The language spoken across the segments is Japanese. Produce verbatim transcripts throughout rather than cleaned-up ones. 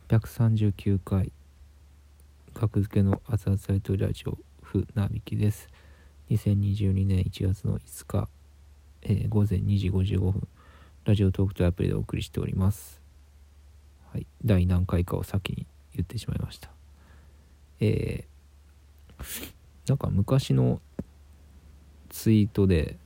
ひゃくさんじゅうきゅうかい学付けの熱々ライトラジオふなびきです。にせんにじゅうにねんいちがつのいつか、えー、ごぜんにじごじゅうごふんラジオトークというアプリでお送りしております。はい、第何回かを先に言ってしまいました。えー、なんか昔のツイートで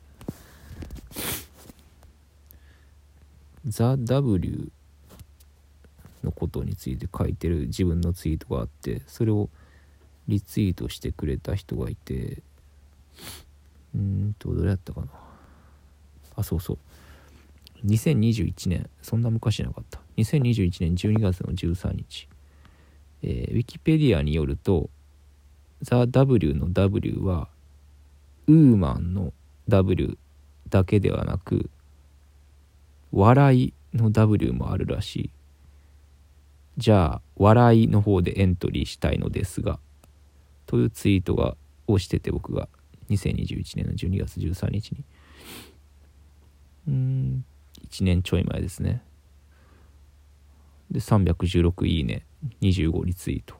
ザ・ W のことについて書いてる自分のツイートがあって、それをリツイートしてくれた人がいて、うーんとどれやったかなあそうそうにせんにじゅういちねん、そんな昔じゃなかった、にせんにじゅういちねんじゅうにがつのじゅうさんにち、えー、ウィキペディアによるとザ・ W の W はウーマンの W だけではなく笑いの W もあるらしい。じゃあ笑いの方でエントリーしたいのですがというツイートがをしてて、僕がにせんにじゅういちねんのじゅうにがつじゅうさんにちにうーんいちねんちょい前ですね。でさんびゃくじゅうろくいいね、にじゅうごリツイート。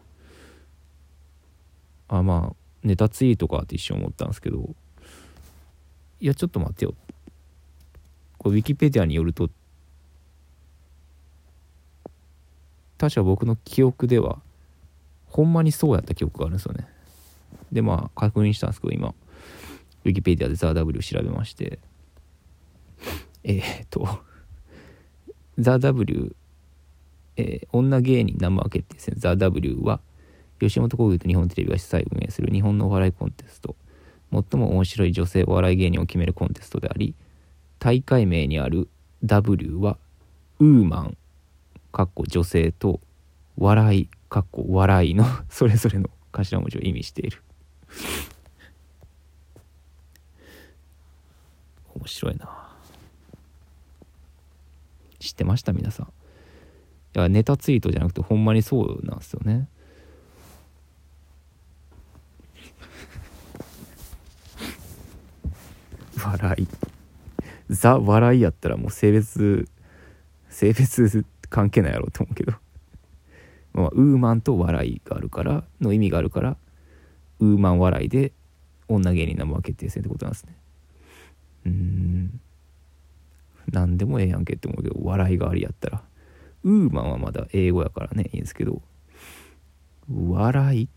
あまあネタツイートかって一瞬思ったんですけど、いやちょっと待ってよ、これウィキペディアによると確か僕の記憶ではほんまにそうやった記憶があるんですよね。でまあ確認したんですけど、今ウィキペディアでザ・ W 調べまして、えー、っとザ・ W、えー、女芸人生分けってですね、ザ・ W は吉本興業と日本テレビが主催運営する日本のお笑いコンテスト、最も面白い女性お笑い芸人を決めるコンテストであり、大会名にある W はウーマンかっこ女性と笑いかっこ笑いのそれぞれの頭文字を意味している。面白いな。知ってました皆さん？いやネタツイートじゃなくてほんまにそうなんですよね。笑いザ笑いやったらもう性別性別関係ないやろうと思うけどまあウーマンと笑いがあるからの意味があるからウーマン笑いで女芸人生分け決定戦ってことなんですね。うーんなんでもええやんけって思うけど、笑いがありやったらウーマンはまだ英語やからねいいんですけど、笑い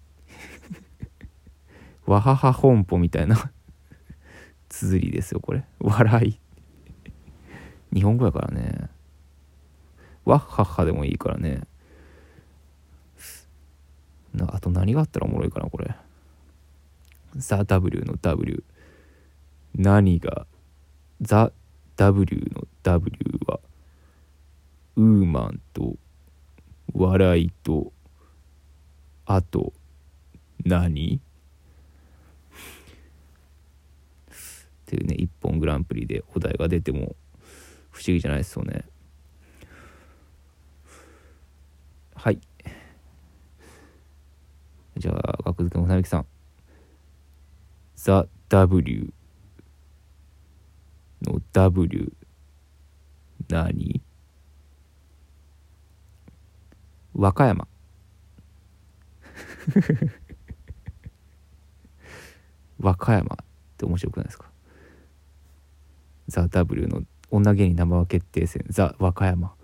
わはは本舗みたいな綴りですよこれ。笑い日本語やからね。わっはっはでもいいからね。なあと何があったらおもろいかなこれ。ザ・ W の W 何がザ・ W の W はウーマンと笑いとあと何っていうね、一本グランプリでお題が出ても不思議じゃないですよね。はい、じゃあ学付けの船引さん、ザ・ W の W 何？和歌山和歌山って面白くないですか？ザ・ W の女芸人生分け決定戦ザ・和歌山。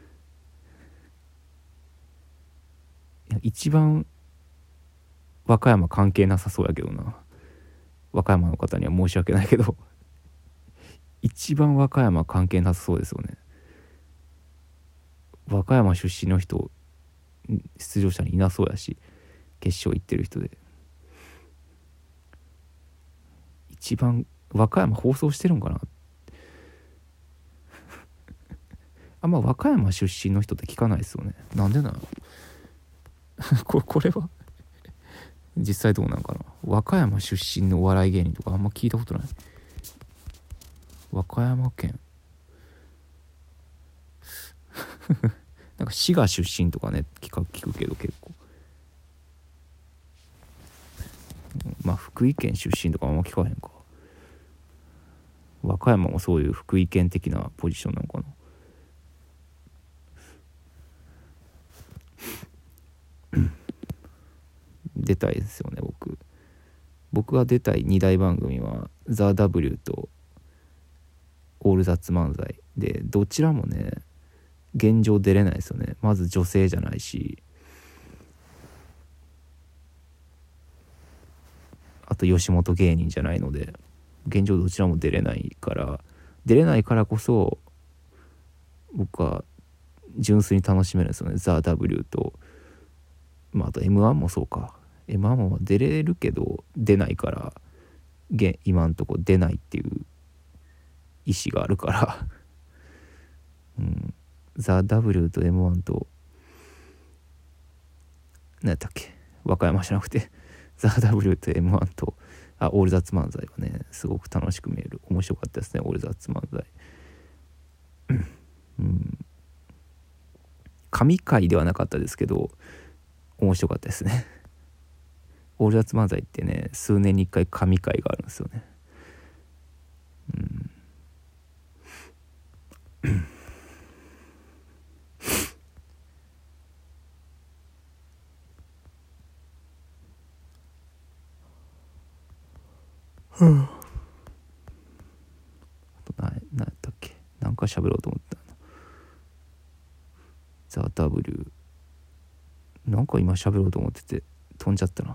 一番和歌山関係なさそうやけどな。和歌山の方には申し訳ないけど一番和歌山関係なさそうですよね。和歌山出身の人出場者にいなそうやし、決勝行ってる人で一番和歌山放送してるんかなあんま和歌山出身の人って聞かないですよね。なんでなのこ, これは実際どうなんかな。和歌山出身のお笑い芸人とかあんま聞いたことない。和歌山県なんか滋賀出身とかね聞く、聞くけど結構まあ福井県出身とかあんま聞かへんか。和歌山もそういう福井県的なポジションなのかな。 出たいですよね。僕僕が出たいに大番組はザ・ W とオールザッツ漫才で、どちらもね現状出れないですよね。まず女性じゃないし、あと吉本芸人じゃないので、現状どちらも出れないから出れないからこそ僕は純粋に楽しめるんですよね。ザ・ W と、まあ、あと エムワン もそうか。 エムワン も出れるけど出ないから、今んとこ出ないっていう意思があるからうん、ザ・ W と エムワン と何やったっけ、和歌山じゃなくてザ・ W と エムワン とあオールザッツ漫才はねすごく楽しく見える。面白かったですね、オールザッツ漫才うん神回ではなかったですけど面白かったですね。オールザッツ漫才ってね数年にいっかい神回があるんですよね。うんあと何やったっけ、なんか喋ろうと思ったの。ザ・ W なんか今喋ろうと思ってて飛んじゃったな。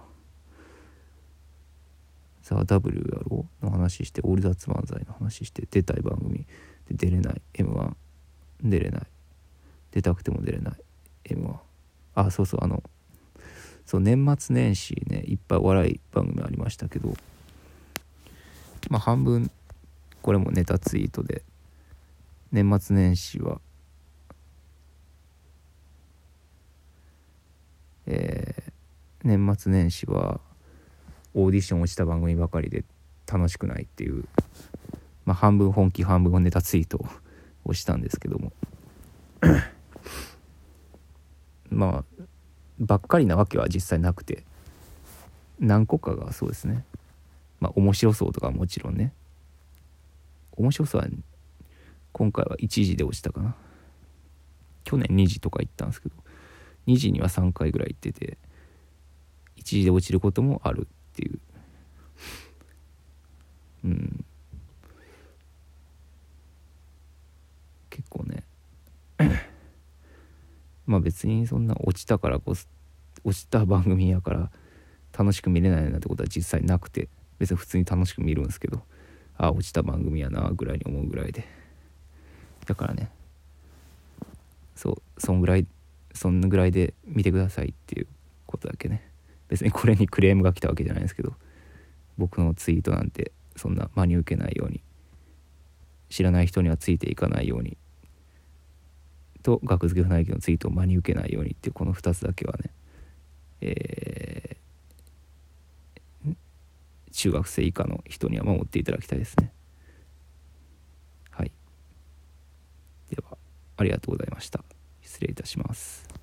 ザ・ W やろうの話して、オールザッツ漫才の話して、出たい番組で出れない エムワン 出れない、出たくても出れない エムワン、 あそうそうあのそう年末年始ねいっぱいお笑い番組ありましたけど、まあ半分これもネタツイートで、年末年始はえー、年末年始はオーディション落ちた番組ばかりで楽しくないっていう、まあ半分本気半分ネタツイートをしたんですけどもまあばっかりなわけは実際なくて、何個かがそうですね、まあ面白そうとかもちろんね、面白そうは今回はいちじで落ちたかな。去年にじとか行ったんですけど、にじにはさんかいぐらい行ってて、いちじで落ちることもあるっていう、うん結構ねまあ別にそんな落ちたからこそ落ちた番組やから楽しく見れないなんてことは実際なくて、別に普通に楽しく見るんですけど、ああ落ちた番組やなぐらいに思うぐらいで、だからねそうそんぐらいそんぐらいで見てくださいっていうことだけね。別にこれにクレームが来たわけじゃないですけど、僕のツイートなんてそんな真に受けないように、知らない人にはついていかないようにと、学付け船行きのツイートを真に受けないようにっていうこのふたつだけはね、えー、中学生以下の人には守っていただきたいですね。はい、ではありがとうございました。失礼いたします。